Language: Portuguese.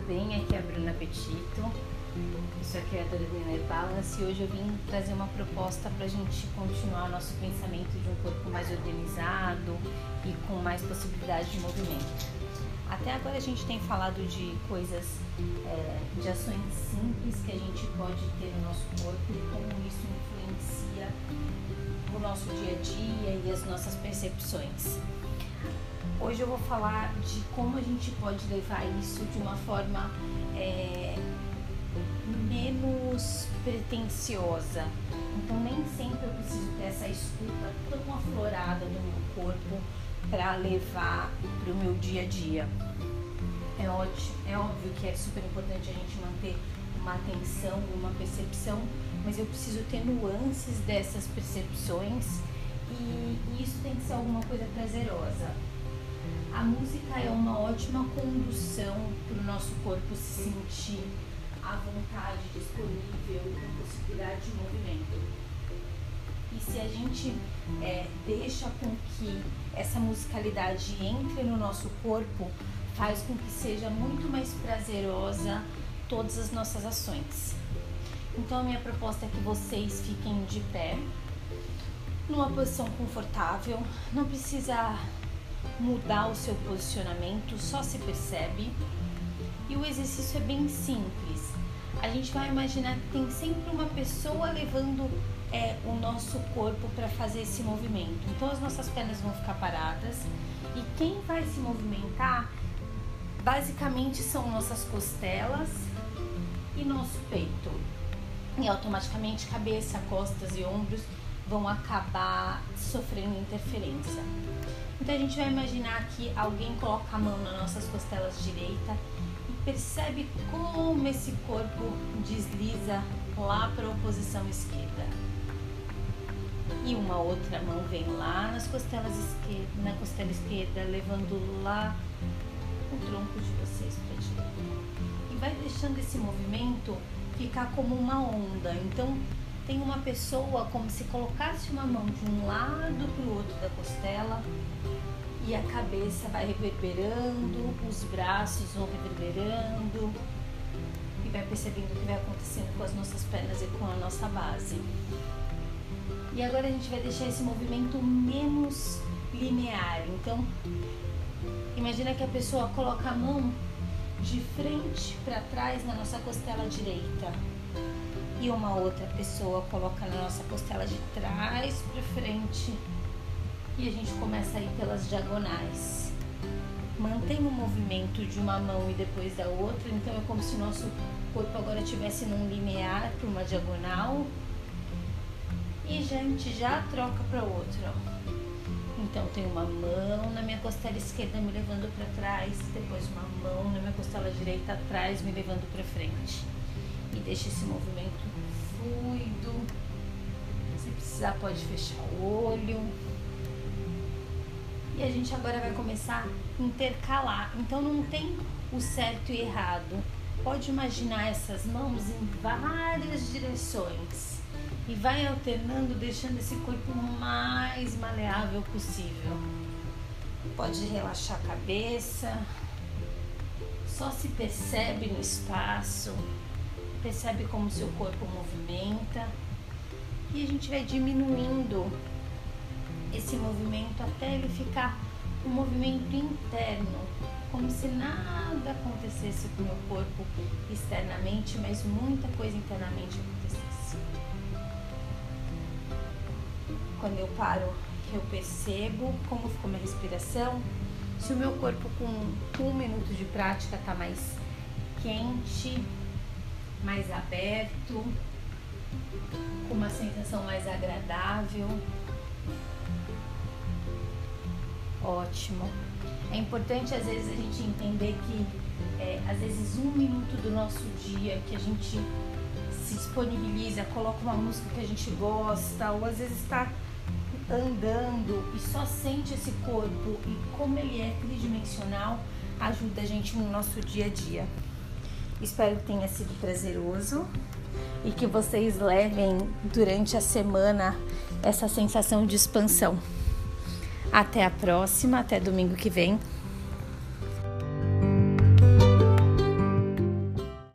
bem? Aqui é a Bruna Petito, eu sou a criadora do Inner Balance e hoje eu vim trazer uma proposta para a gente continuar nosso pensamento de um corpo mais organizado e com mais possibilidade de movimento. Até agora a gente tem falado de coisas, de ações simples que a gente pode ter no nosso corpo e como isso influencia o nosso dia a dia e as nossas percepções. Hoje eu vou falar de como a gente pode levar isso de uma forma menos pretensiosa. Então nem sempre eu preciso ter essa escuta tão aflorada do meu corpo para levar para o meu dia a dia. É óbvio que é super importante a gente manter uma atenção, uma percepção, mas eu preciso ter nuances dessas percepções e isso tem que ser alguma coisa prazerosa. A música é uma ótima condução para o nosso corpo se sentir à vontade, disponível, com possibilidade de movimento. E se a gente deixa com que essa musicalidade entre no nosso corpo, faz com que seja muito mais prazerosa todas as nossas ações. Então a minha proposta é que vocês fiquem de pé, numa posição confortável, não precisa mudar o seu posicionamento, só se percebe. E o exercício é bem simples. A gente vai imaginar que tem sempre uma pessoa levando o nosso corpo para fazer esse movimento. Então as nossas pernas vão ficar paradas e quem vai se movimentar basicamente são nossas costelas e nosso peito. E automaticamente cabeça, costas e ombros vão acabar sofrendo interferência. Então a gente vai imaginar que alguém coloca a mão nas nossas costelas direita e percebe como esse corpo desliza lá para a posição esquerda. E uma outra mão vem lá na costela esquerda, levando lá o tronco de vocês para a direita. E vai deixando esse movimento ficar como uma onda. Então tem uma pessoa como se colocasse uma mão de um lado para o outro da costela e a cabeça vai reverberando, os braços vão reverberando e vai percebendo o que vai acontecendo com as nossas pernas e com a nossa base. E agora a gente vai deixar esse movimento menos linear. Então, imagina que a pessoa coloca a mão de frente para trás na nossa costela direita e uma outra pessoa coloca na nossa costela de trás para frente e a gente começa a ir pelas diagonais. Mantém o movimento de uma mão e depois da outra, então é como se o nosso corpo agora estivesse num linear para uma diagonal e a gente já troca para outra. Então tem uma mão na minha costela esquerda me levando para trás, depois uma mão na minha costela direita atrás me levando para frente. E deixa esse movimento fluido. Se precisar pode fechar o olho. E a gente agora vai começar a intercalar. Então não tem o certo e errado. Pode imaginar essas mãos em várias direções. E vai alternando, deixando esse corpo o mais maleável possível. Pode relaxar a cabeça. Só se percebe no espaço. Percebe como seu corpo movimenta. E a gente vai diminuindo esse movimento até ele ficar um movimento interno. Como se nada acontecesse com o meu corpo externamente, mas muita coisa internamente acontecesse. Quando eu paro, eu percebo como ficou minha respiração. Se o meu corpo com 1 minuto de prática está mais quente, mais aberto, com uma sensação mais agradável. Ótimo. É importante às vezes a gente entender que às vezes 1 minuto do nosso dia que a gente se disponibiliza, coloca uma música que a gente gosta, ou às vezes está andando e só sente esse corpo e como ele é tridimensional, ajuda a gente no nosso dia a dia. Espero que tenha sido prazeroso e que vocês levem durante a semana essa sensação de expansão. Até a próxima, até domingo que vem.